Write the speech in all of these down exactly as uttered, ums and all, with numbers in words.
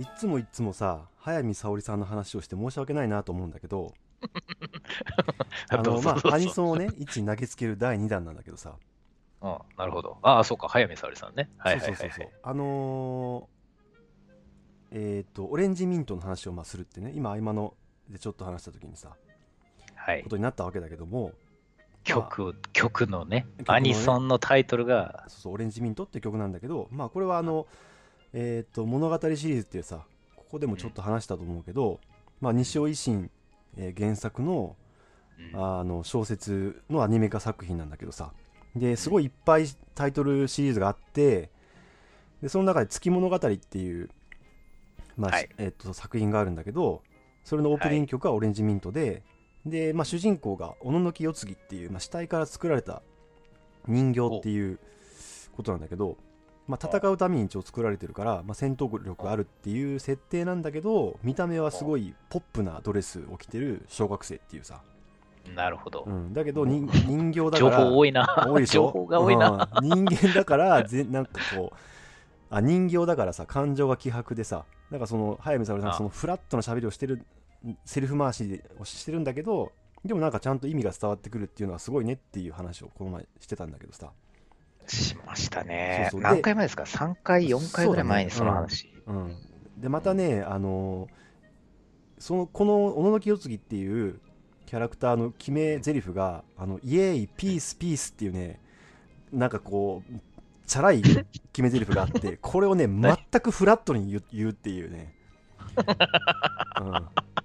いっつもいっつもさ、早見沙織さんの話をして申し訳ないなと思うんだけど、あどうのまあアニぞどうぞ。 ソンをね一投げつけるだいにだんなんだけどさ。 うん、なるほど。ああ、そうか、早見沙織さんね。はいそうはいはいはい。 そうそうそう、あのー、えっ、とオレンジミントの話をまあするってね、今合間のでちょっと話した時にさはい。 ことになったわけだけども、ま曲、曲のね、アニあ曲のね、 ソンのタイトルが、 そうそうオレンジミントって曲なんだけど、まあこれはああのえっ、と物語シリーズっていうさ、ここでもうん、 ちょっと話したと思うけど、まあうん、 西尾維新、えー原作のうん、 あの小説のアニメ化作品なんだけどさ、ですごうん。 いいっぱいタイトルシリーズがあって、でその中で月物語っていう、まあはい、 えっと作品があるんだけど、それのオープはい。 ニング曲はオレンジミントで、で、まあ、主人公が小野の木世継っていう、まあ、死体から作られた人形っお、 ていうことなんだけど、まあ、戦お、 うために一応作られてるから、まあ、戦闘力があるっていう設定なんだけど、見た目はすお、 ごいポップなドレスを着てる小学生っていうさ。 なるほど。 うん、だけどもう、 人人形だか情報ら多いな。 多いでし情ょ、う報が多いな。 ん、人間だからぜなんかこう、あ人形だからさ感情が希薄でさ、なんかその早見沙織さんそのあフラットな喋りをしてる、セルフ回しをしてるんだけど、でもなんかちゃんと意味が伝わってくるっていうのはすごいねっていう話をこの前してたんだけどさ。 しましたね。 そうそうで、 何回前ですか？ さん 回、よんかいそうだぐらい前にそのね、うん、 話。 うん、でまうん、 たね、あのーそのこの小野木世継っていうキャラクターの決め台詞があのイエーイピースピースっていうね、なんかこうチャラい決め台詞があって、これをね全何？ くフラットに言う言うっていうね、うん、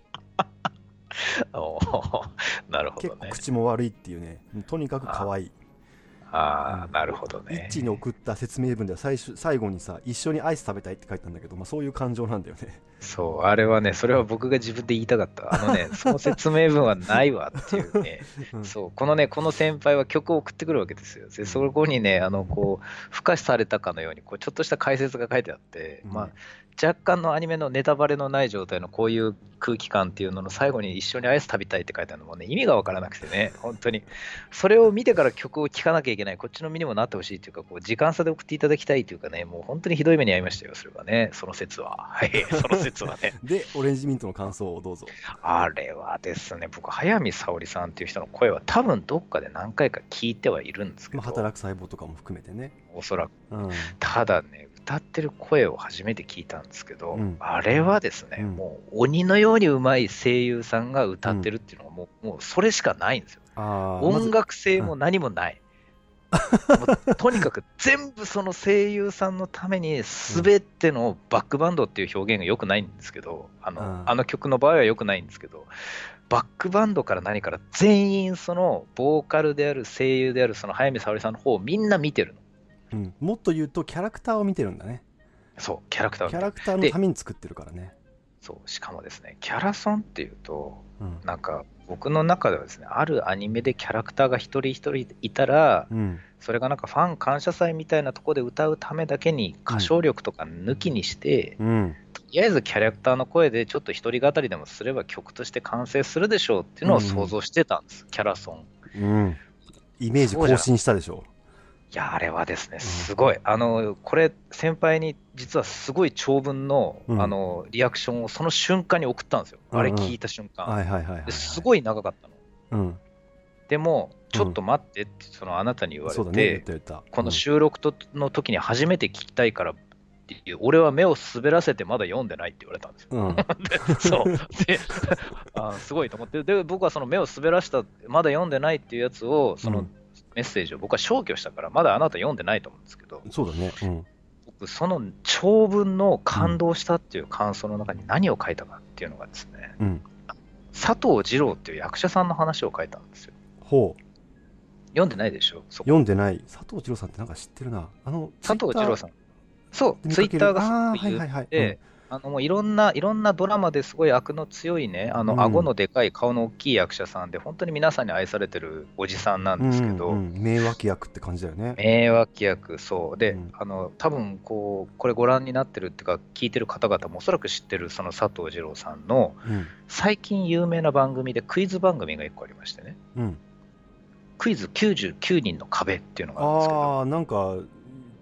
おー、なるほどね。 結構口も悪いっていうね、とにかく可あ愛い。うん、 あー、なるほどイッチにね。 送った説明文では最初最後にさ、一緒にアイス食べたいって書いたんだけど、まあ、そういう感情なんだよね。 そう、あれはね、それは僕が自分で言いたかった。あのね、その説明文はないわっていうね。 うん、 そう、このね、この先輩は曲を送ってくるわけですよ。で、 うん、 そこにね、あの、こう、付加されたかのように、こう、ちょっとした解説が書いてあって、まあ、 うん、 若干のアニメのネタバレのない状態のこういう空気感っていうのの最後に一緒にアイス食べたいって書いてあるのもね、意味がわからなくてね、本当に。それを見てから曲を聴かなきゃいけない、こっちの身にもなってほしいっていうか、こう時間差で送っていただきたいというかね、もう本当にひどい目に遭いましたよ、それはね、その説は。はい、その説はね。 でオレンジミントの感想をどうぞ。 あれはですね、僕、早見沙織さんっていう人の声は多分どっかで何回か聞いてはいるんですけまあ、 ど、 働く細胞とかも含めてね。 おそらく。 うん、 ただね、歌ってる声を初めて聞いたんですけど、 うん、 あれはですね、 うん、 もう鬼のように上手い声優さんが歌ってうん。 るっていうのはもう、もうそれしかないんですよ。 ああ、まず、 音楽性うん、 も何もない。もうとにかく全部その声優さんのためにうん、 全てのバックバンドっていう表現が良くないんですけど、あの、 ああの曲の場合は良くないんですけど、バックバンドから何から全員そのボーカルである声優であるその早見沙織さんの方をみんな見てるの。 ー、うん、もっと言うとキャラクターを見てるんだね。 そう、キャラクターを見てる。 キャラクターので、 ために作ってるからね。 そう、しかもですね、キャラソンっていうと、 うん、 なんか僕の中ではですね、あるアニメでキャラクターが一人一人いたら、 うん、 それがなんかファン感謝祭みたいなところで歌うためだけに歌うん、 唱力とか抜きにして、 うん、 とりあえずキャラクターの声でちょっと一人語りでもすれば曲として完成するでしょうっていううん、うのを想ん、 像してたんです、キャラソン。 うん、イメージ更そうじゃな新したでしょ。 いや、あれはですね、 うん、 すごい。あの、これ、先輩に実はすごい長文の、 うん、 あの、リアクションをその瞬間に送ったんですよ。 うん、うん、 あれ聞いた瞬間。 はいはいはいはいはい。 ですごい長かったの。 うん、 でも、 うん、 ちょっと待ってって、そのあなたに言われそうだね、言って、 た言った。 このうん、 収録との時に初めて聞きたいからっていう、俺は目を滑らせてまだ読んでないって言われたんですよ。 うん、 で、そう。で、あすごいと思って、で、僕はその目を滑らした、まだ読んでないっていうやつを、そのうん、 メッセージを僕は消去したから、まだあなた読んでないと思うんですけど、 そうだね。うん、 僕、その長文のうん、 感動したっていう感想の中に何を書いたかっていうのがですね、 うん、 佐藤二朗っていう役者さんの話を書いたんですよ。 ほう。 読んでないでしょ、そこ。 読んでない。佐藤二郎さんってなんか知ってるな。あの、ツイ佐ッター藤二朗さん。そう、 で見かける。 ツイッターがすごああ、 く有はいはいはい。うん、 名で、あのもういろんな、いろんなドラマですごい悪の強いね、あの顎うん、 のでかい顔の大きい役者さんで、本当に皆さんに愛されてるおじさんなんうん、 ですけど、 うん、名脇役って感じだよね。 名脇役、そう。で、 うん、 あの、多分こう、これご覧になってるっていうか、聞いてる方々もおそらく知ってる、その佐藤二朗さんの、 うん、 最近有名な番組でクイズ番組がいっこありましてね、 うん。 クイズきゅうじゅうきゅうにんの壁っていうのがあるんですけど、 ああ、なんか、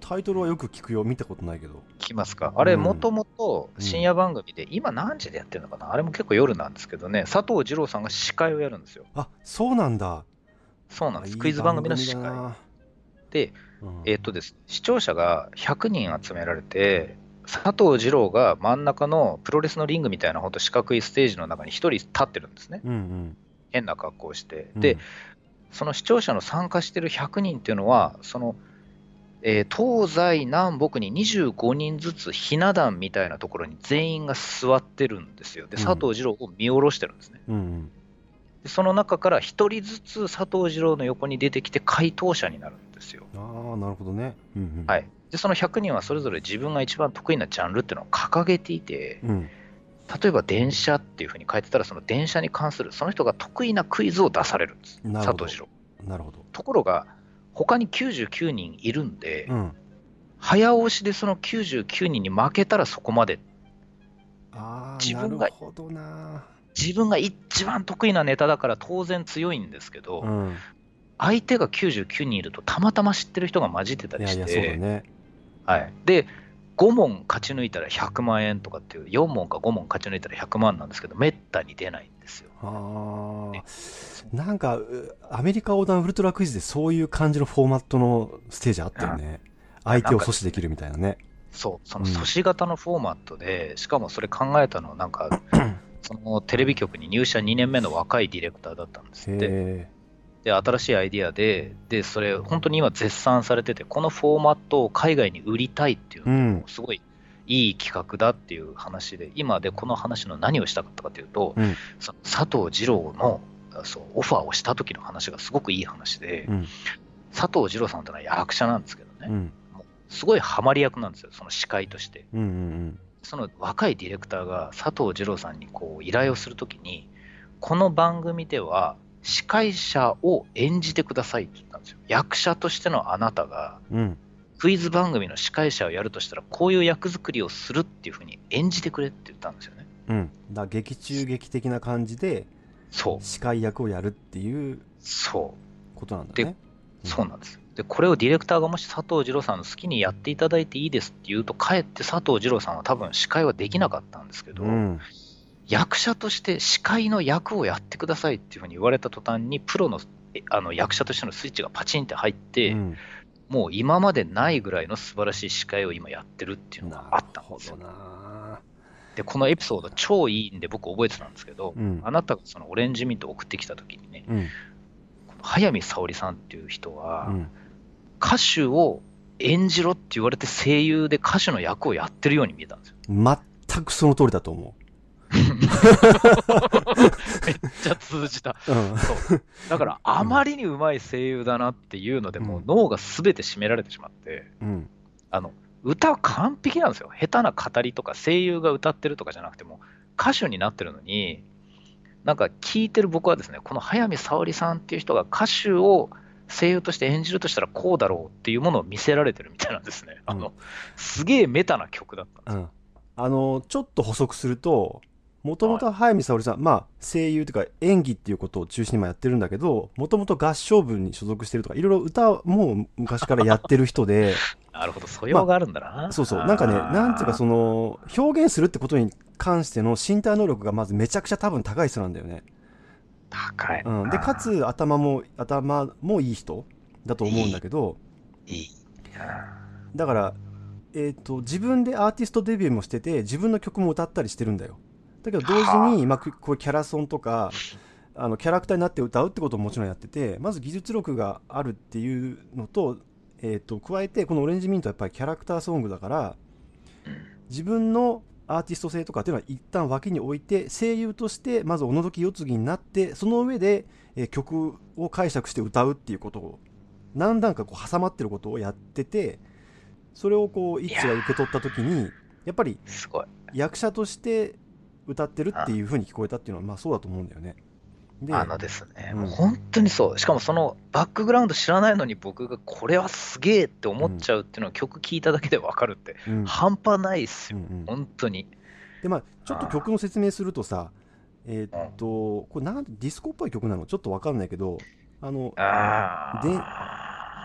タイトルはよく聞くよ、見たことないけど。 聞きますか？あれ、 うんもともと深夜番組で、今何時でやってるのかな、あれも結構夜なんですけどね、佐藤二朗さんが司会をやるんですよ。 あ、そうなんだ。 そうなんです。 あいいクイズ番組の司会。 番組だな。 で、 うんえーっとですね、視聴者がひゃくにん集められて、佐藤二朗が真ん中のプロレスのリングみたいな本当四角いステージの中に一人立ってるんですね。 うん変な格好をして。 うん。 で、その視聴者の参加してるひゃくにんっていうのは、その、えー東西南北ににじゅうごにんずつひな壇みたいなところに全員が座ってるんですよ。で、 うん佐藤二朗を見下ろしてるんですね。 うんうんでその中からひとりずつ佐藤二朗の横に出てきて回答者になるんですよ。 うん。ああ、なるほどね。うんうん。 はい。で、そのひゃくにんはそれぞれ自分が一番得意なジャンルっていうのを掲げていて、 うん例えば電車っていうふうに書いてたら、その電車に関するその人が得意なクイズを出されるんです。 なるほど佐藤二朗。 なるほど。 ところが、他にきゅうじゅうきゅうにんいるんで、 うん。 早押しでそのきゅうじゅうきゅうにんに負けたらそこまで、 ああ、 自分がなるほどな。 自分が一番得意なネタだから当然強いんですけど、 うん。 相手がきゅうじゅうきゅうにんいるとたまたま知ってる人が混じってたりしいやいや、そうだて、 ね。 はい、でご問勝ち抜いたらひゃくまん円とかっていう、よん問かご問勝ち抜いたらひゃくまんなんですけど、めったに出ないんですよ。 あねあ、なんかうアメリカ横断ウルトラクイズでそういう感じのフォーマットのステージあったよね。相手を阻止できるみたいなね。 そう、その阻止型のフォーマットで、しかもそれ考えたのは、なんか、そのテレビ局に入社にねんめの若いディレクターだったんですって。 へで、新しいアイディアで、で、それ、本当に今絶賛されてて、このフォーマットを海外に売りたいっていうえ。うのんも、すごいいい企画だっていう話で、今でこの話の何をしたかったかというと、 うんその佐藤二朗のそうオファーをした時の話がすごくいい話で、 うん佐藤二朗さんというのは役者なんですけどね、 うんもうすごいハマり役なんですよ、その司会として。 うんうんその若いディレクターが佐藤二朗さんにこう依頼をするときに、この番組では司会者を演じてくださいって言ったんですよ。役者としてのあなたがうんうんクイズ番組の司会者をやるとしたら、こういう役作りをするっていうふうに演じてくれって言ったんですよね。 うんだから劇中劇的な感じでそう司会役をやるっていうそうことなんだね。 そうなんです。で、これをディレクターがもし佐藤二朗さんの好きにやっていただいていいですって言うと、かえって佐藤二朗さんは多分司会はできなかったんですけど、 うん役者として司会の役をやってくださいっていうふうに言われた途端に、プロのえあの役者としてのスイッチがパチンって入って、 うんもう今までないぐらいの素晴らしい司会を今やってるっていうのがあったんですよ。 なるほどな。 で、このエピソード超いいんで僕覚えてたんですけど、 うんあなたがそのオレンジミントを送ってきた時にね、 うんこの早見沙織さんっていう人は、 うん歌手を演じろって言われて声優で歌手の役をやってるように見えたんですよ。 全くその通りだと思めっちゃ通じた。 う。うんそうだからあまりにうまい声優だなっていうので、もう脳が全て占められてしまって、 うんあの歌は完璧なんですよ。下手な語りとか声優が歌ってるとかじゃなくても歌手になってるのに、なんか聞いてる僕はですね、この早見沙織さんっていう人が歌手を声優として演じるとしたらこうだろうっていうものを見せられてるみたいなんですね。あの、 うんすげえメタな曲だったんですよ。 うんあのちょっと補足すると、もともと早見沙織さん、まあ声優というか演技っていうことを中心に今やってるんだけど、もともと合唱部に所属してるとか、いろいろ歌も昔からやってる人でなるほど、素養があるんだな。 そうそう、なんかね、なんていうかその表現するってことに関しての身体能力がまずめちゃくちゃ多分高い人なんだよね。 高い。 うん、でかつ頭も頭もいい人だと思うんだけど、 いい。 だからえー、と自分でアーティストデビューもしてて、自分の曲も歌ったりしてるんだよ。だけど同時に、まあ、こういうキャラソンとかあのキャラクターになって歌うってことももちろんやってて、まず技術力があるっていうのと、えー、と加えてこのオレンジミントはやっぱりキャラクターソングだから、自分のアーティスト性とかっていうのは一旦脇に置いて、声優としてまず小野時世継ぎになって、その上で、えー曲を解釈して歌うっていうことを何段かこう挟まってることをやってて、それをこうイッチが受け取った時にやっぱりすごい。 役者として歌ってるっていう風に聞こえたっていうのは、まあそうだと思うんだよね。で、 あのですね、 うんもう本当にそう。しかもそのバックグラウンド知らないのに僕がこれはすげえって思っちゃうっていうのを曲聴いただけで分かるって、 うん半端ないっすよ。 うんうん本当に。 でまあちょっと曲の説明するとさ、えーっとこれなんディスコっぽい曲なのちょっと分かんないけど、あのあで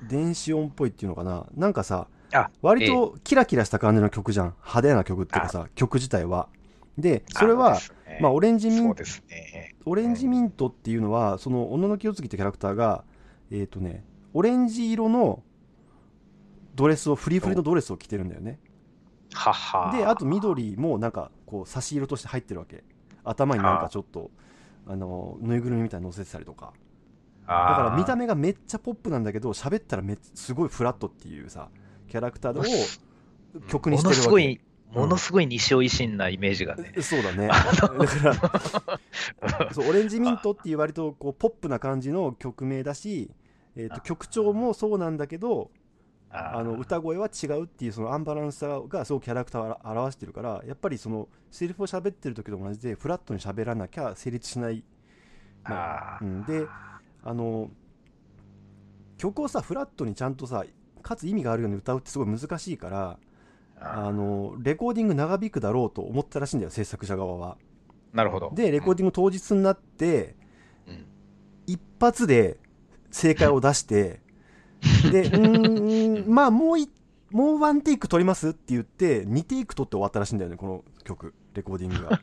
電子音っぽいっていうのかな、なんかさあ、 割ええ、 とキラキラした感じの曲じゃん、派手な曲っていうかさ、曲自体は。でそあのでれはすね。 まあオレンジミンそうですね。 オレンジミンうん。 トっていうのはその小野清月ってキャラクターがえっ、とねオレンジ色のドレスをフリフリのドレスを着てるんだよね。 はであとは。 緑もなんかこう差し色として入ってるわけ。頭になんかあちょっとあのぬいぐるみみたいに乗せてたりとか。だから見たあ目がめっちゃポップなんだけど喋ったらめっすごいフラットっていうさキャラクターをもす曲にもしてるわけ。 のすごい、ものうん、 すごい西尾維新なイメージがね。 そうだね。 あだからのそうオレンジミンあトっていう割とこうポップな感じの曲名だし、えー、と曲調もそうなんだけどあのあ歌声は違うっていうそのアンバランスさがすごくキャラクターを表してるから、やっぱりそのセリフを喋ってる時と同じでフラットに喋らなきゃ成立しない、まああうん、であの曲をさフラットにちゃんとさかつ意味があるように歌うってすごい難しいから、ああのレコーディング長引くだろうと思ったらしいんだよ制作者側は。 なるほど。 でレコーディング当日になってうんうん一発で正解を出してでうーんまあもういもうワンテイク取りますって言ってにテイク取って終わったらしいんだよねこの曲レコーディングが。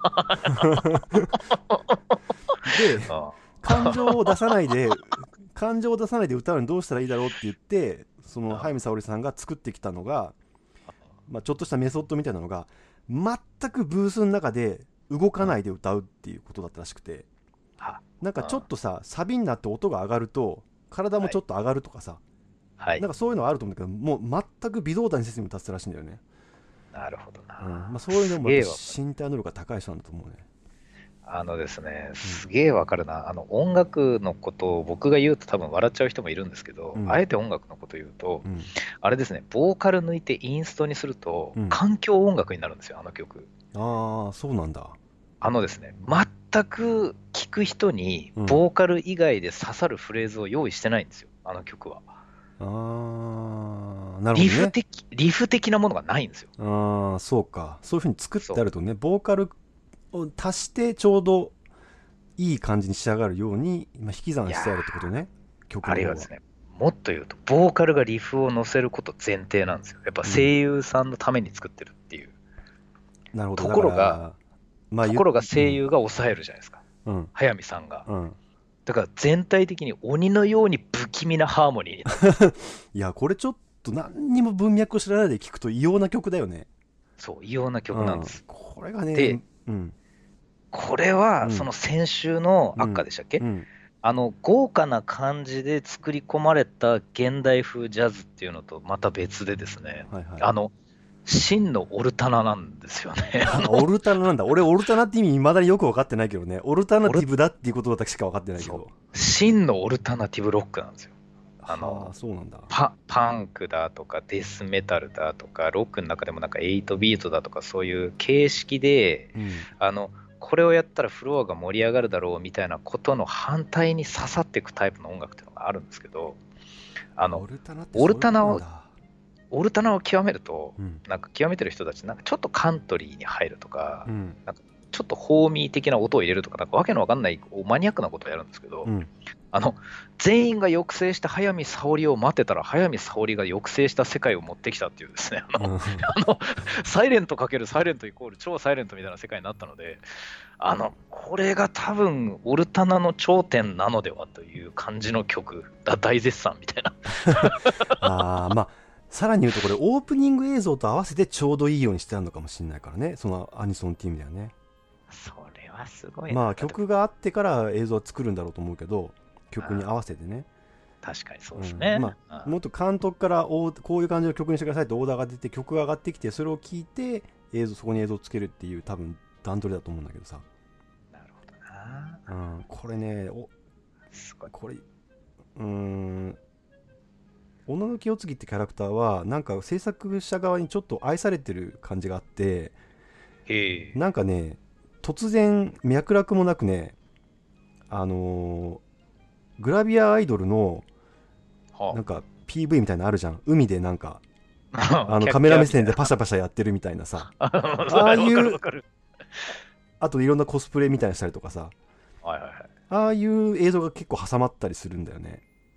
であ感情を出さないで感情を出さないで歌うのにどうしたらいいだろうって言ってそのあ早見沙織さんが作ってきたのが、まあ、ちょっとしたメソッドみたいなのが全くブースの中で動かないで歌うっていうことだったらしくて、 あなんかちょっとさサビになって音が上がると体もちょっと上がるとかさ、 はい。 なんかそういうのはあると思うんだけどもう全く微動だにせずに歌ってたらしいんだよね。 なるほどうんまな。 あ、そういうのもやっぱすげえわ。 身体能力が高い人なんだと思うね。 あのですね、 うんすげえわかるな。あの音楽のことを僕が言うと多分笑っちゃう人もいるんですけど、 うんあえて音楽のこと言うと、 うんあれですね、ボーカル抜いてインストにするとうん環境音楽になるんですよ、あの曲。 ああそうなんだ。 あのですね、全く聴く人にうんボーカル以外で刺さるフレーズを用意してないんですよ、あの曲は。 あーなるほリどね。 フ的、リフ的なものがないんですよ。 ああそうか、そういう風に作ってあそう。 るとねボーカルを足してちょうどいい感じに仕上がるように今引き算いやしてあるってことね曲あの方は。 るいはですね、もっと言うと、ボーカルがリフを乗せること前提なんですよ。やっぱ声うん優さんのために作ってるっていう。となるほど。だかころが、 らまあとゆころが声うん優が抑えるじゃないですか。 うん早見さんが。 うんだから全体的に鬼のように不気味なハーモニーになる。 いやこれちょっと何にも文脈を知らないで聞くと異様な曲だよね。 そう、異様なうん曲なんです。 これがね。 で、 うんこれうんはその先週のうんアッカでしたっけ、 うんあの豪華な感じで作り込まれた現代風ジャズっていうのとまた別でですね、 はいはい。 あの真のオルタナなんですよね。ああのオルタナなんだ。俺オルタナって意味未だによく分かってないけどね。オルタナオルティブだっていうことだけしか分かってないけど。 そう真のオルタナティブロックなんですよ。あはのあそうなんだ。 パパンクだとかデスメタルだとかロックの中でもなんかエイトビートだとかそういう形式でうんあのこれをやったらフロアが盛り上がるだろうみたいなことの反対に刺さっていくタイプの音楽っていうのがあるんですけど、あオのルタナってそういうことなんだ。 オルタナを極めるとうんなんか極めてる人たちなんかちょっとカントリーに入るとか、 うんなんかちょっとホーミー的な音を入れるとかなんかわけのわかんないマニアックなことをやるんですけど、 うんあの全員が抑制した早見沙織を待ってたら早見沙織が抑制した世界を持ってきたっていうですね、あの、 うんあのサイレントかけるサイレントイコール超サイレントみたいな世界になったので、あのこれが多分オルタナの頂点なのではという感じの曲だ、大絶賛みたいな。 ああまあさらに言うとこれオープニング映像と合わせてちょうどいいようにしてあるのかもしれないからね、そのアニソンっていう意味ではね。 それはすごいな。 まあ曲があってから映像は作るんだろうと思うけど曲に合わせてね。 確かにそうですね。 うんまあ、もっと監督からおこういう感じの曲にしてくださいってオーダーが出て曲が上がってきてそれを聞いて映像そこに映像をつけるっていう多分段取りだと思うんだけどさ、 なるほどな。 うん、これねおすごい。 これうーん小野清次ってキャラクターはなんか制作者側にちょっと愛されてる感じがあって、 へえ。 なんかね突然脈絡もなくねあのーグラビアアイドルのはなんか ピーブイ みたいなのあるじゃん、海でなんかああのカメラ目線でパシャパシャやってるみたいなさあああいうわかるわかる。 あといろんなコスプレみたいなしたりとかさはいはいはい。 ああいう映像が結構挟まったりするんだよね。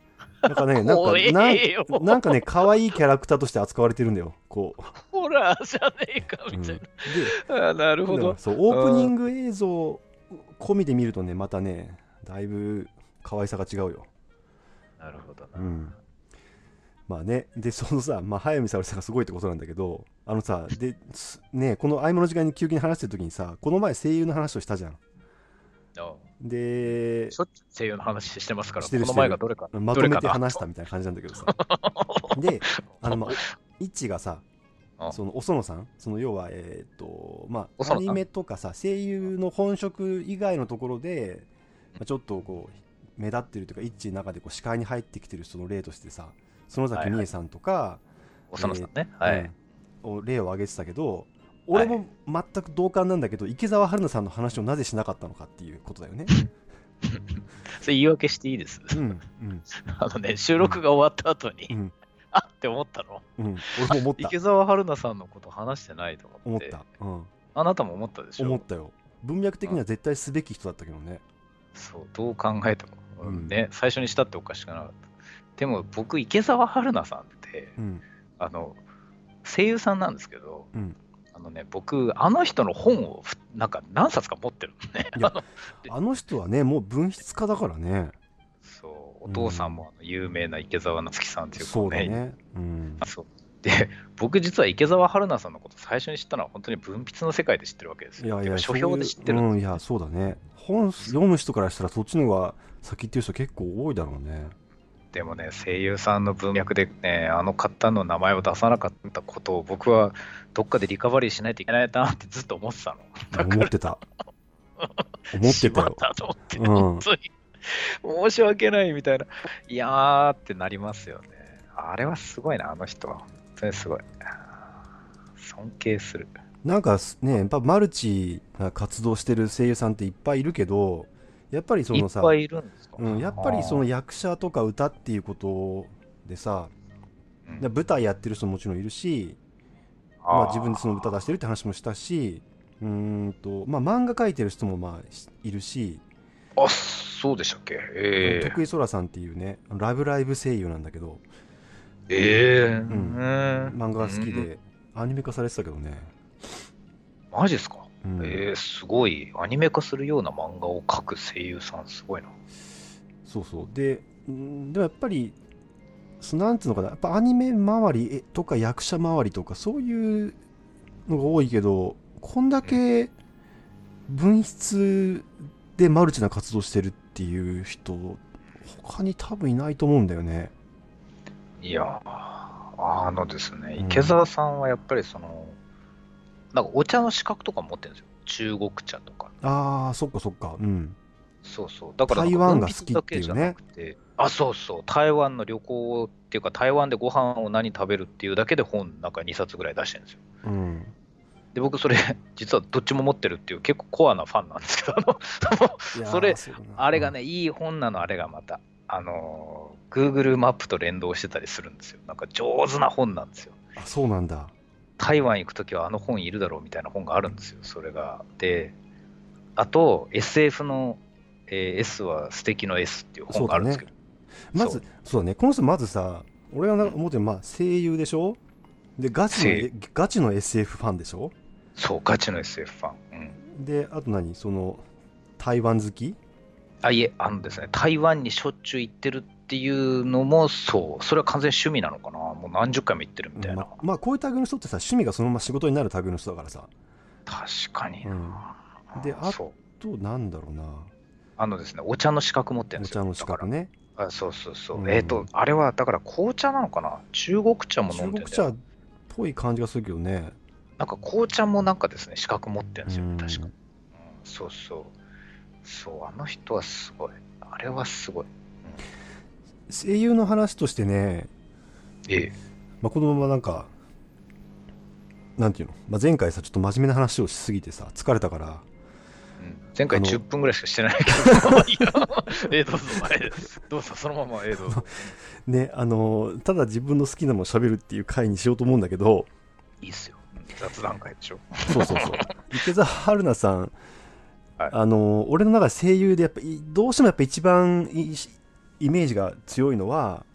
なんかね、なんか、 怖えよなんなんかね、可愛いキャラクターとして扱われてるんだよ。こう。 ホラーじゃねえかうん、で、 みたいな。あなるほど。 だからそう、オープニうんング映像込みで見るとね、またね、だいぶ可愛さが違うよ。 なるほどな。 うん。まあね、で、そのさ、まあ、早見沙織さんがすごいってことなんだけど、あのさ、で、すね、この合間の時間に休憩に話してる時にさ、この前声優の話をしたじゃん。 あで、 しょっちゅう声優の話してますから、このしてるしてる。 前がどれか、 まとめてどれかな話したみたいな感じなんだけどさ。で、あの、まあ、イッチがさ、 あその、おそのさん、その要は、えっと、まあ、アニおそのさんメとかさ、声優の本職以外のところで、まあ、ちょっとこう、目立ってるというか、イッチの中でこう視界に入ってきてる人の例としてさ、園崎美恵さんとか、 おそのさんね。 えーはい。 うんを例を挙げてたけど、俺も全く同感なんだけど、池澤春菜さんの話をなぜしなかったのかっていうことだよね。 それ言い訳していいです。 うん、うん、 あのね、収録が終わった後に、 うん、 あって思ったの。 うん、俺も思った池澤春菜さんのこと話してないと思って。 思った、うん、 あなたも思ったでしょ。 思ったよ。文脈的には絶対すべき人だったけどね。 そう、どう考えても、ううんんね、最初にしたっておかしくなかった。でも僕、池澤春菜さんって、 うん、 あの、声優さんなんですけど、 うん。 あのね、僕、あの人の本をふなんか何冊か持ってるのね。 いやあのあの人はね、もう文筆家だからね。 そうお父さんもあの有名な池澤夏樹さんっていうそう子ね。 だね。うん。 そうで、僕実は池澤春菜さんのこと最初に知ったのは本当に文筆の世界で知ってるわけですよ。 いやいや、 てか書評で知ってるそういううん、いんですよ。 や、そうだね。本読む人からしたらそっちの方が先っていう人結構多いだろうね。 でもね、声優さんの文脈でね、あの方の名前を出さなかったことを僕はどっかでリカバリーしないといけないなってずっと思ってたの。だから思ってた。思ってたよ。 しまったと思って、 うん本当に申し訳ないみたいな。いやーってなりますよね。あれはすごいな、あの人は。本当にすごい。尊敬する。 なんかね、やっぱマルチな活動してる声優さんっていっぱいいるけど、やっぱりそのさ、 いっぱいいるんですか、 うん、やっぱりそのあー役者とか歌っていうことでさ、 うんで舞台やってる人ももちろんいるし、まあ、 あー自分でその歌出してるって話もしたし、うーんと、まあ、漫画描いてる人もまあしいるし、 あ、そうでしたっけ。えー、 徳井空さんっていうね、ラブライブ声優なんだけど、 えー、 ううんん、 漫画が好きうんで、アニメ化されてたけどね。 マジっすか。 うんえー、すごい。アニメ化するような漫画を描く声優さん、すごいな。 そうそう。で、うんでもやっぱり、そなんつうのかな、やっぱアニメ周りえとか役者周りとかそういうのが多いけど、こんだけ文筆でマルチな活動してるっていう人、他に多分いないと思うんだよね。 いやー、あのですね、 うん池澤さんはやっぱりその、なんかお茶の資格とか持ってるんですよ。中国茶とか。 ああ、そっかそっか。うん。 そうそう。だからなんか台湾が好きっていうね文筆だけじゃなくてあ、そうそう。台湾の旅行っていうか、台湾でご飯を何食べるっていうだけで本なんかにさつぐらい出してるんですよ。 うん。 で、僕それ、実はどっちも持ってるっていう結構コアなファンなんですけど、あのいやーそれ、 そうだなあれがね、いい本なの、あれがまた。あの、Google マップと連動してたりするんですよ。なんか上手な本なんですよ。 うん、あ、そうなんだ。 台湾行くときはあの本いるだろうみたいな本があるんですよ、それが。で、あと エスエフ の、えー S は素敵の S っていう本があるんですけど、 まず、そうだね。この人まずさ、俺がなんか思ってる、まあ、声優でしょで、ガチの声え、ガチの エスエフ ファンでしょそう、ガチの エスエフ ファン。うん、 で、あと何その、台湾好きあ、いえ、あのですね、台湾にしょっちゅう行ってるっていうのもそう、それは完全に趣味なのかな、もう何十回も行ってるみたいな。 ままあ、こういう類の人ってさ、趣味がそのまま仕事になる類の人だからさ。 確かにな。 で、あそう。 と、なんだろうな。 あのですね、お茶の資格持ってるんですよ。 お茶の資格ね。 だからあそうそうそう。 うんえっ、と、あれは、だから紅茶なのかな、中国茶も飲中んでる国茶っぽい感じがするけどね。 なんか紅茶もなんかですね、資格持ってるんですよ、 うん確か。うん、そうそう。そう、あの人はすごい。あれはすごい。 声優の話としてね、 ええ。 まあ、このままなんか、なんていうの、まあ、前回さ、ちょっと真面目な話をしすぎてさ、疲れたから、 うん前回あのじゅっぷんぐらいしかしてないけど、いやええどうぞ、前です。どうぞ、そのまま、ええどうぞ。 ね、あのーただ自分の好きなものを喋るっていう回にしようと思うんだけど、 いいっすよ。うん雑談会でしょ。 そうそうそう。池澤春菜さん、 はいあのー俺の中で声優でやっぱいどうしてもやっぱ一番いイメージが強いのは、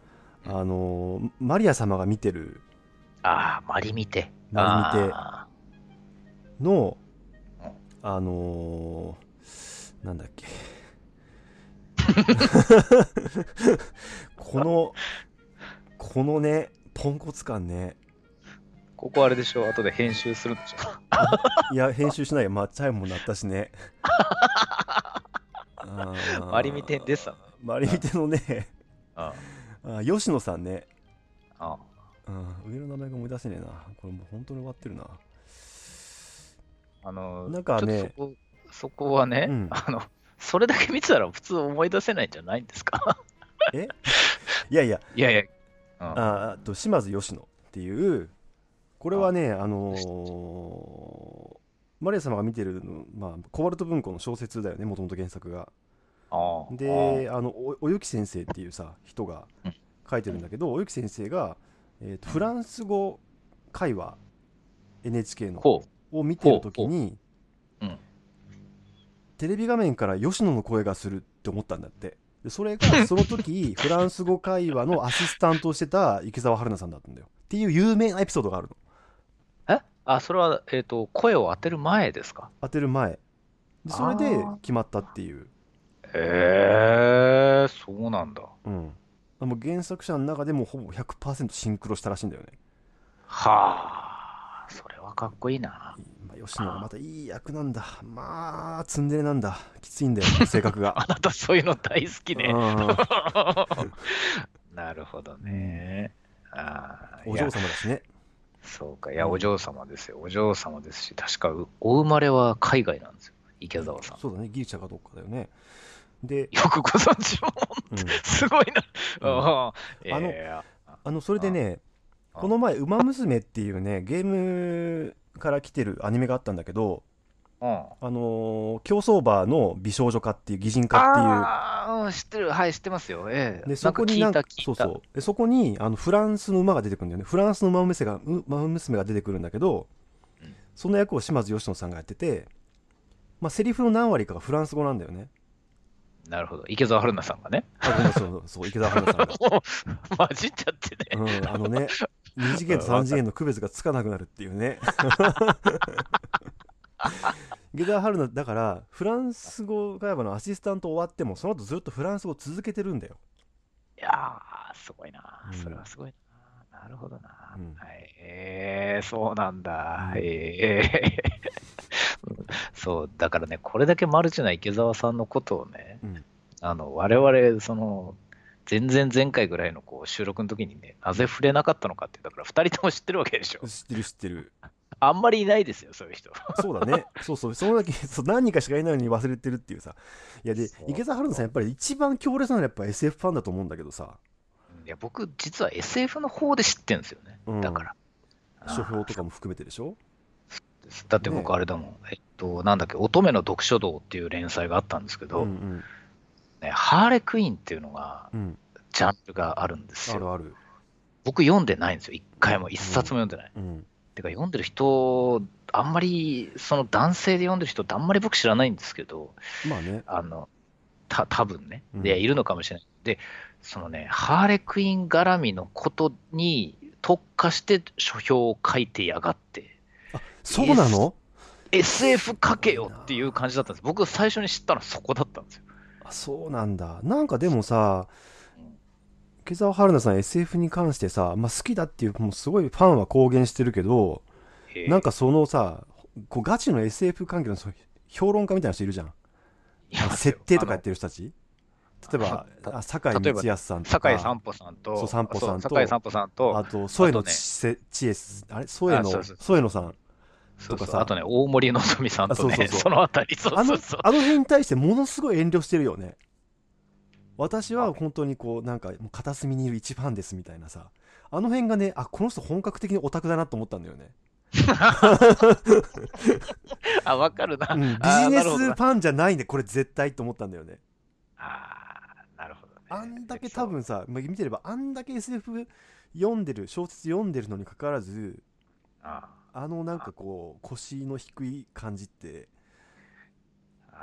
あのーマリア様が見てるああ、マリミテ。 マリミテあのうんあのーなんだっけこのこのねポンコツ感ね。 ここあれでしょ、後で編集するんでしょ。 いや編集しないよ、まあチャイムも鳴ったしね。あマリミテでさ。 マリミテのねああ吉野さんね、 あうん、上の名前が思い出せねえな。これもう本当に終わってるな。 あの、 なんかねちょっとそこ、そこはね、 うん、 あの、それだけ見てたら普通思い出せないんじゃないんですか？ えいやいや、 いやいや、うん、 ああと島津吉野っていう、これはねあのーマリア様が見てるの、まあ、コバルト文庫の小説だよね、もともと原作が。 ああ、 であのおおゆき先生っていうさ人がうん書いてるんだけど、おゆき先生が、えーとうんフランス語会話 エヌエイチケー のほを見てる時ほうほにう、うん、 テレビ画面から吉野の声がするって思ったんだって。でそれがその時フランス語会話のアシスタントをしてた池澤春菜さんだったんだよっていう有名なエピソードがあるの。 えあ、それは、えっと、声を当てる前ですか？ 当てる前で、それであ決まったっていう。 あ、へえ、そうなんだ。 うん、もう原作者の中でもほぼひゃくパーセントシンクロしたらしいんだよね。 はあ、それはかっこいいな。 まあ、吉野がまたいい役なんだ。まあツンデレなんだ、きついんだよ性格が。 あなたそういうの大好きね。 あなるほどー、うん、 ね。ああ、いお嬢や、 様だしね。 そうか。いや、おうん、 嬢様ですよ。お嬢様ですし、確か、うお生まれは海外なんですよ。池澤さん。 そうだね、ギリシャかどっかだよね。で、 よくご存知も、 うん、 すごいな。 うん、 ああ、 あのええあのそれであね、こあ、 の前「ウマ娘」っていうねゲームから来てるアニメがあったんだけど、 うん。 あのー競走馬の美少女化っていう擬人化っていう、 ああ、うん、知ってる。はい、知ってますよ。ええでなんか聞いそこになんかた聞いた。 そうそうでそこにあのフランスの馬が出てくるんだよね。フランスの馬娘がう馬娘が出てくるんだけど、 うんその役を島津義野さんがやってて、まあ、セリフの何割かがフランス語なんだよね。 なるほど。池澤春菜さんがね。 あ、ごめん、そうそう、池澤春菜さんが。 もう混じっちゃってね。 うん、あのね、に次元と3 うんわかる。 次元の区別がつかなくなるっていうね。池澤春菜、だから、フランス語会話のアシスタント終わっても、その後ずっとフランス語続けてるんだよ。 いやー、すごいな。 うん、 それはすごいな。なるほどな。 うん、 はい、えー、そうなんだ。 うん、 えー、そう、だからね、これだけマルチな池澤さんのことをね、 うん。 あの、我々、その、前々前回ぐらいのこう収録の時にね、なぜ触れなかったのかって、だからふたりとも知ってるわけでしょ。 知ってる知ってる。 あんまりいないですよ、そういう人。 そうだね。そうそう。そのだけ、そう何人かしかいないのに忘れてるっていうさ。いや、で、 そう池澤春菜さん、やっぱり一番強烈なのはやっぱ エスエフ フファンだと思うんだけどさ。 いや、僕、実は エスエフ の方で知ってるんですよね。 うん。 だから。 書評あとかも含めてでしょ。 ーだってね。 僕、あれだもん。えっと、なんだっけ、乙女の読書道っていう連載があったんですけど、 うんうん。 ね、ハーレクイーンっていうのが、 うん。 ジャンルがあるんですよ。 あるある。 僕読んでないんですよ。一回も、一うん。 冊も読んでない。 うん。 てか、読んでる人、あんまり、その男性で読んでる人ってあんまり僕知らないんですけど、 まあね。 あの、た、多分ね。で、 うん。 いるのかもしれない。で、そのね、ハーレクイーン絡みのことに特化して書評を書いてやがって、 あ、そうな S、 の？ エスエフ 書けすごいよっていうな。 感じだったんです。僕最初に知ったのはそこだったんですよ。 あ、そうなんだ。なんかでもさ、 うん池澤春菜さん エスエフ に関してさ、まあ、好きだっていう、もうすごいファンは公言してるけど、なんかへえ、 そのさ、こうガチの エスエフ 関係のそう評論家みたいな人いるじゃん。あのいますよ。 設定とかやっあの、 てる人たち。例えば、 たあ酒井例えば、 光康さんとか、 酒井散歩さんそう、 と、 散歩そう、 さんと、 酒井散歩さんと、 あと、添野あとね、 知恵、知恵あれ添あ、そう野、 そうそうそう、 添野さんそうそう、あとかさ、 とね、大森のぞみさんあ、 とね、 そうそうそう。 そのあたり、そうあの、 そうそう。 あの辺に対してものすごい遠慮してるよね。私あ、 は本当にこう、なんか、もう片隅にいる一ファンですみたいなさ。あの辺がね、あ、この人本格的にオタクだなと思ったんだよね。 あ、わかるな。 うん、ビあー、 ジネなるほどな。 スファンじゃないね、これ絶対と思ったんだよね。 ああ、なるほどあんだね。 け多そう。 分さ、まあ見てれば、あんだけ エスエフ 読んでる、小説読んでるのにかかわらず、 ああのなんあ、 かこう、腰の低い感じって、 ああ、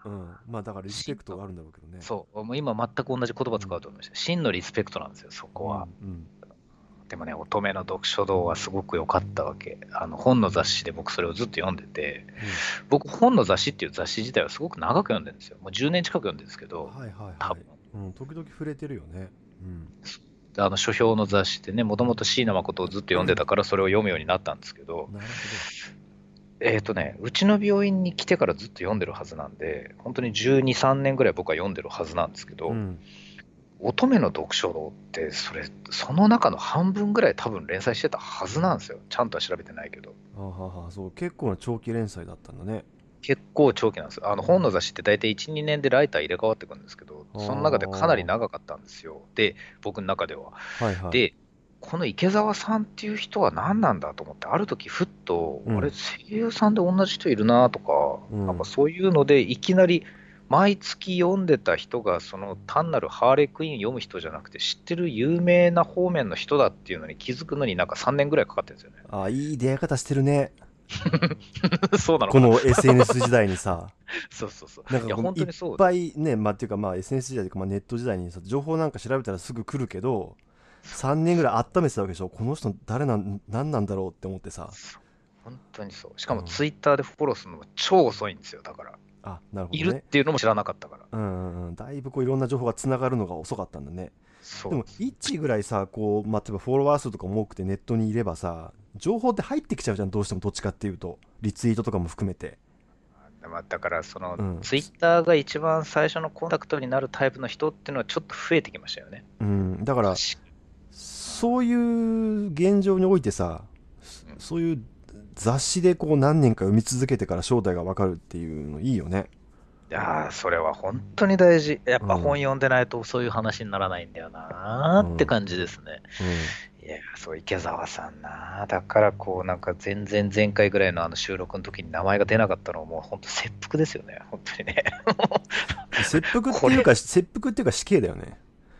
うん、まあだからリスペ真の、 クトがあるんだろうけどね。 そう、もう今全く同じ言葉うん使うと思いました。真のリスペクトなんですよ、そうこは。 んうんでもね、乙女の読書道はすごく良かったわけ。あの本の雑誌で僕それをずっと読んでて、 うん。 僕本の雑誌っていう雑誌自体はすごく長く読んでるんですよ。もうじゅうねん近く読んでるんですけど、 はいはい多分はい。うん、時々触れてるよね。うん。 あの書評の雑誌でね、もともと椎名誠をずっと読んでたからそれを読むようになったんですけど、 なるほど。 えっとね、うちの病院に来てからずっと読んでるはずなんで、本当にじゅうに、さんねんぐらい僕は読んでるはずなんですけど、 うん。 乙女の読書道って、それ、その中の半分ぐらい多分連載してたはずなんですよ。ちゃんとは調べてないけど。 あはは、そう、結構な長期連載だったんだね。 結構長期なんですよ。あの本の雑誌って大体いち、にねんでライター入れ替わってくるんですけど、 あその中でかなりあ、 長かったんですよ。で、僕の中では。 はいはい。 で、この池澤さんっていう人は何なんだと思って、ある時ふっと、あれ、 うん、 声優さんで同じ人いるなとか、なんかうん。 そういうので、いきなり毎月読んでた人が、その単なるハーレークイーン読む人じゃなくて、知ってる有名な方面の人だっていうのに気づくのになんかさんねんぐらいかかってるんですよね。 あ、いい出会い方してるね。 そうなのかな。 この エスエヌエス 時代にさ、 そうそうそう。いや、 なんかこのいっ本当にそうで。 ぱいね、まあっていうかまあ エスエヌエス 時代というかまあネット時代にさ、情報なんか調べたらすぐ来るけど、さんねんぐらい温めてたわけでしょ。この人誰なん、何なんだろうって思ってさ。 そう本当にそう。しかもうん。 ツイッターでフォローするのも超遅いんですよ。だから、 あ、なるほいるっどね。 ていうのも知らなかったから。 うんうんうん。だいぶこういろんな情報がつながるのが遅かったんだね。でも、 そうです。 いちぐらいさ、こう、まあ、例えばフォロワー数とかも多くてネットにいればさ、情報って入ってきちゃうじゃん、どうしてもどっちかっていうと。リツイートとかも含めて。 まあだから、そのうん。 ツイッターが一番最初のコンタクトになるタイプの人っていうのはちょっと増えてきましたよね。 うん。だから、 確かそういう現状においてさ、 に。うん、 そういう雑誌でこう何年か読み続けてから正体がわかるっていうのいいよね。 いやー、それは本当に大事。やっぱ本うん。 読んでないとそういう話にならないんだよなうん。 ーって感じですね。 うん。 いやー、そう、池澤さんなー。だからこう、なんか全然前回ぐらいのあの収録の時に名前が出なかったのはもう本当切腹ですよね。本当にね。 切腹ってこれ、 いうか、切腹っていうか死刑だよね。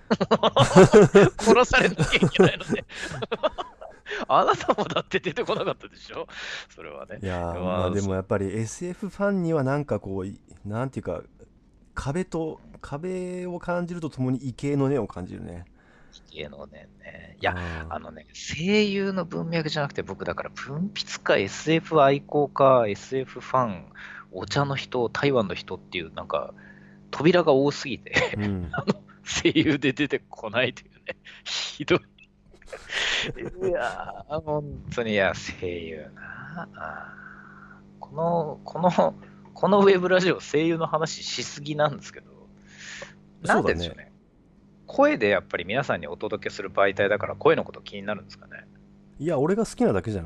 殺されなきゃいけないので、あなたもだって出てこなかったでしょ、それはね。 いやー、まあまあ、そう、 でもやっぱり エスエフ ファンにはなんかこう、なんていうか、壁と、壁を感じるとともに畏敬の念を感じるね。 芸能年ね。いや、 ああのね、声優の文脈じゃなくて、僕だから文筆か エスエフ 愛好家、エスエフ ファン、お茶の人、台湾の人っていう、なんか、扉が多すぎて、 ー、うん。 声優で出てこないというね、ひどい。いやー、本当に、いや、声優な。あーこの、この、このウェブラジオ、声優の話しすぎなんですけど、なそうだね。 んででしょうね。声でやっぱり皆さんにお届けする媒体だから、声のこと気になるんですかね。 いや、俺が好きなだけじゃない。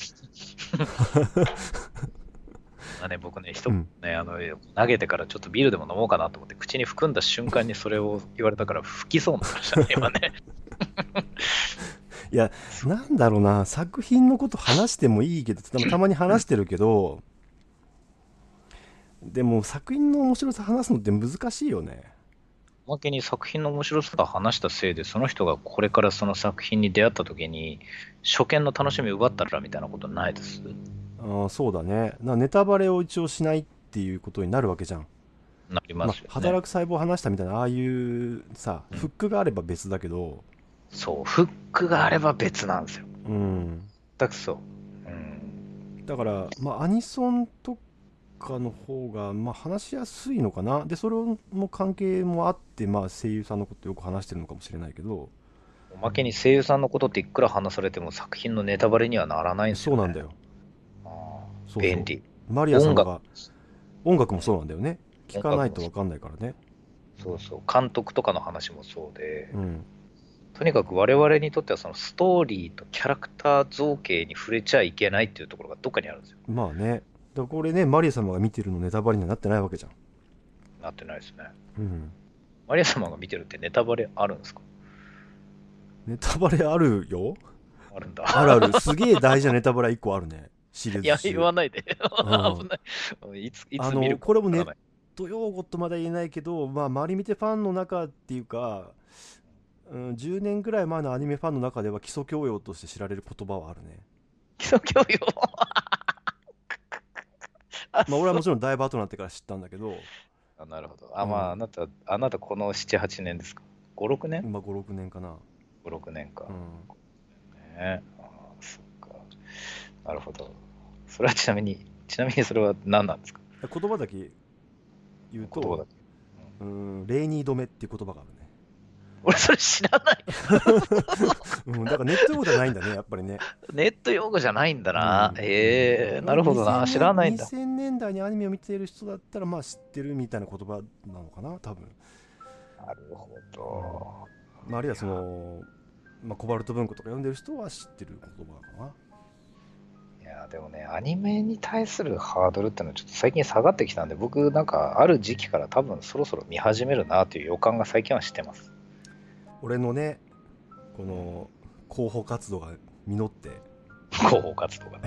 まあね、僕ね、一うん。 ね、あの、投げてからちょっとビールでも飲もうかなと思って、口に含んだ瞬間にそれを言われたから、吹きそうになりましたね、今ね。 いや、なんだろうな、作品のこと話してもいいけど、たたまに話してるけど、でも作品の面白さ話すのって難しいよね。 おまけに作品の面白さを話したせいで、その人がこれからその作品に出会った時に、初見の楽しみを奪ったらみたいなことないです。 ああ、そうだね。なネタバレを一応しないっていうことになるわけじゃん。 なりままあ、 すよね。 働く細胞を話したみたいな、ああいうさ、 うん。 フックがあれば別だけど、 そう、フックがあれば別なんですよ。 うん。 全くそう。うん。 だから、まあ、アニソンとかの方が、まあ、話しやすいのかな。で、それも関係もあって、まあ、声優さんのことよく話してるのかもしれないけど、 おまけに声優さんのことっていくら話されても作品のネタバレにはならないんですよね。 そうなんだよ。 ああ、 そうそ便利。 う。マリア音楽、 様が、音楽もうん、 そうなんだよね。聞音かな楽もそう。 いと分かんないからね。 そうそう。監督とかの話もそうで、 うん。 とにかく我々にとってはそのストーリーとキャラクター造形に触れちゃいけないっていうところがどっかにあるんですよ。 まあね。だからこれね、マリア様が見てるのネタバレにはなってないわけじゃん。 なってないですね。 うん。 マリア様が見てるってネタバレあるんですか？ ネタバレあるよ。 あるんあるある。 だ。 すげえ大事なネタバレいっこあるね。シリーいや、言ズ中。 わないで。 うん。 危ない。いつ、いあの、 つ見るかこれもネッわからない。 ト用語とまだ言えないけど、まあ、マリミテファンの中っていうか、うん、じゅうねんぐらい前のアニメファンの中では基礎教養として知られる言葉はあるね。 基礎教養。 まあ俺はもちろんだいぶ後になってから知ったんだけど、 あ、なるほど。あ、 うんまあ、あなた、あなたこのなな、はちねんですか？ ご、ろくねん？ まあご、ろくねんかな。 ご、ろくねんか。 うんね、あー、そっか。なるほど。それはちなみに、ちなみにそれは何なんですか？ 言葉だけ言うと、 言葉だけ。 うーん、レイニー止めっていう言葉があるね。 俺それ知らない。 うん、だからネット用語じゃないんだね、やっぱりね。 ネット用語じゃないんだうな。 ん、 ええー、 まあ、 なるほどな。知らないんだ。 にせんねんだいにアニメを見ている人だったら、まあ知ってるみたいな言葉なのかな、多分。 なるほうん、 ど。 まあ、あるいはその、まあ、コバルト文庫とか読んでる人は知ってる言葉かな。 いや、でもね、アニメに対するハードルってのはちょっと最近下がってきたんで、僕なんかある時期から多分そろそろ見始めるなという予感が最近はしてます。 俺のね、この広報活動が実って、 広報活動がね。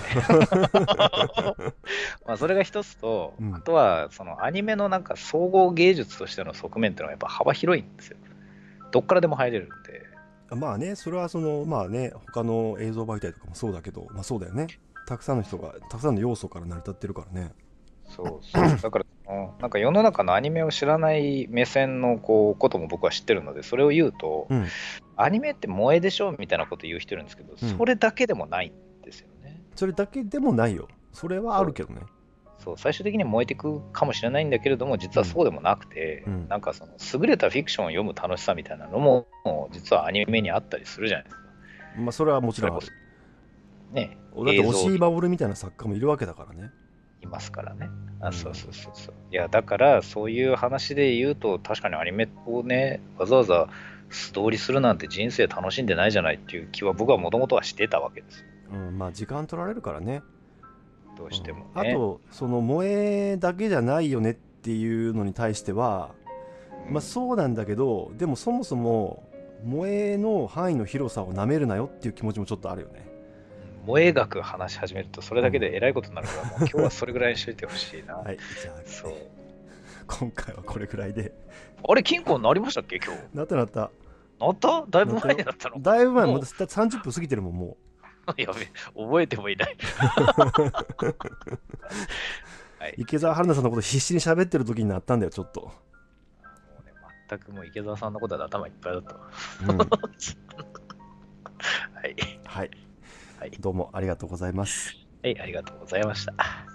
まあそれが一つと、 うん、 あとはそのアニメのなんか総合芸術としての側面っていうのはやっぱ幅広いんですよ。どっからでも入れるんで。 まあね、それはその、まあね、他の映像媒体とかもそうだけど、まあそうだよね。たくさんの人が、たくさんの要素から成り立ってるからね。 そうそう。だから、なんか世の中のアニメを知らない目線のこうことも僕は知ってるので、それを言うと、 うん、 アニメって萌えでしょみたいなこと言う人いるんですけど、 うん、 それだけでもないんですよね。 それだけでもないよ。それはあるけどね。 そう、最終的には燃えていくかもしれないんだけれども、実はそうでもなくて、 うんうん、 なんかその優れたフィクションを読む楽しさみたいなのも、実はアニメにあったりするじゃないですか。 まあそれはもちろんある。 それこそね、 だって映像押井守みたいな作家もいるわけだからね。 いますからね。あ、 うんそうそうそうそう。いや、だからそういう話で言うと、確かにアニメをね、わざわざ素通りするなんて人生楽しんでないじゃないっていう気は僕はもともとはしてたわけですよ。 うん、まあ時間取られるからね。 どうしてもね。 うん、あとその萌えだけじゃないよねっていうのに対しては、まあそうなんだけど、でもそもそも萌えの範囲の広さをなめるなよっていう気持ちもちょっとあるよね。 萌え学話し始めるとそれだけでえらいことになるから、もう今日はそれぐらいにしといてほしいな。 はい、じゃあそう。 今回はこれぐらいで。 あれ、金庫になりましたっけ、今日。 なったなった。 なっただいぶ前になったの。 だいぶ前、 もうまださんじゅっぷん過ぎてるもん、もやべ、覚えてもいない。はい、 う。池澤春菜さんのこと必死に喋ってる時になったんだよ、ちょっと。 もうね、全くもう池澤さんのことは頭いっぱいだった。 うん、 はい。 はい。 はい。 どうもありがとうございます。 はい、ありがとうございました。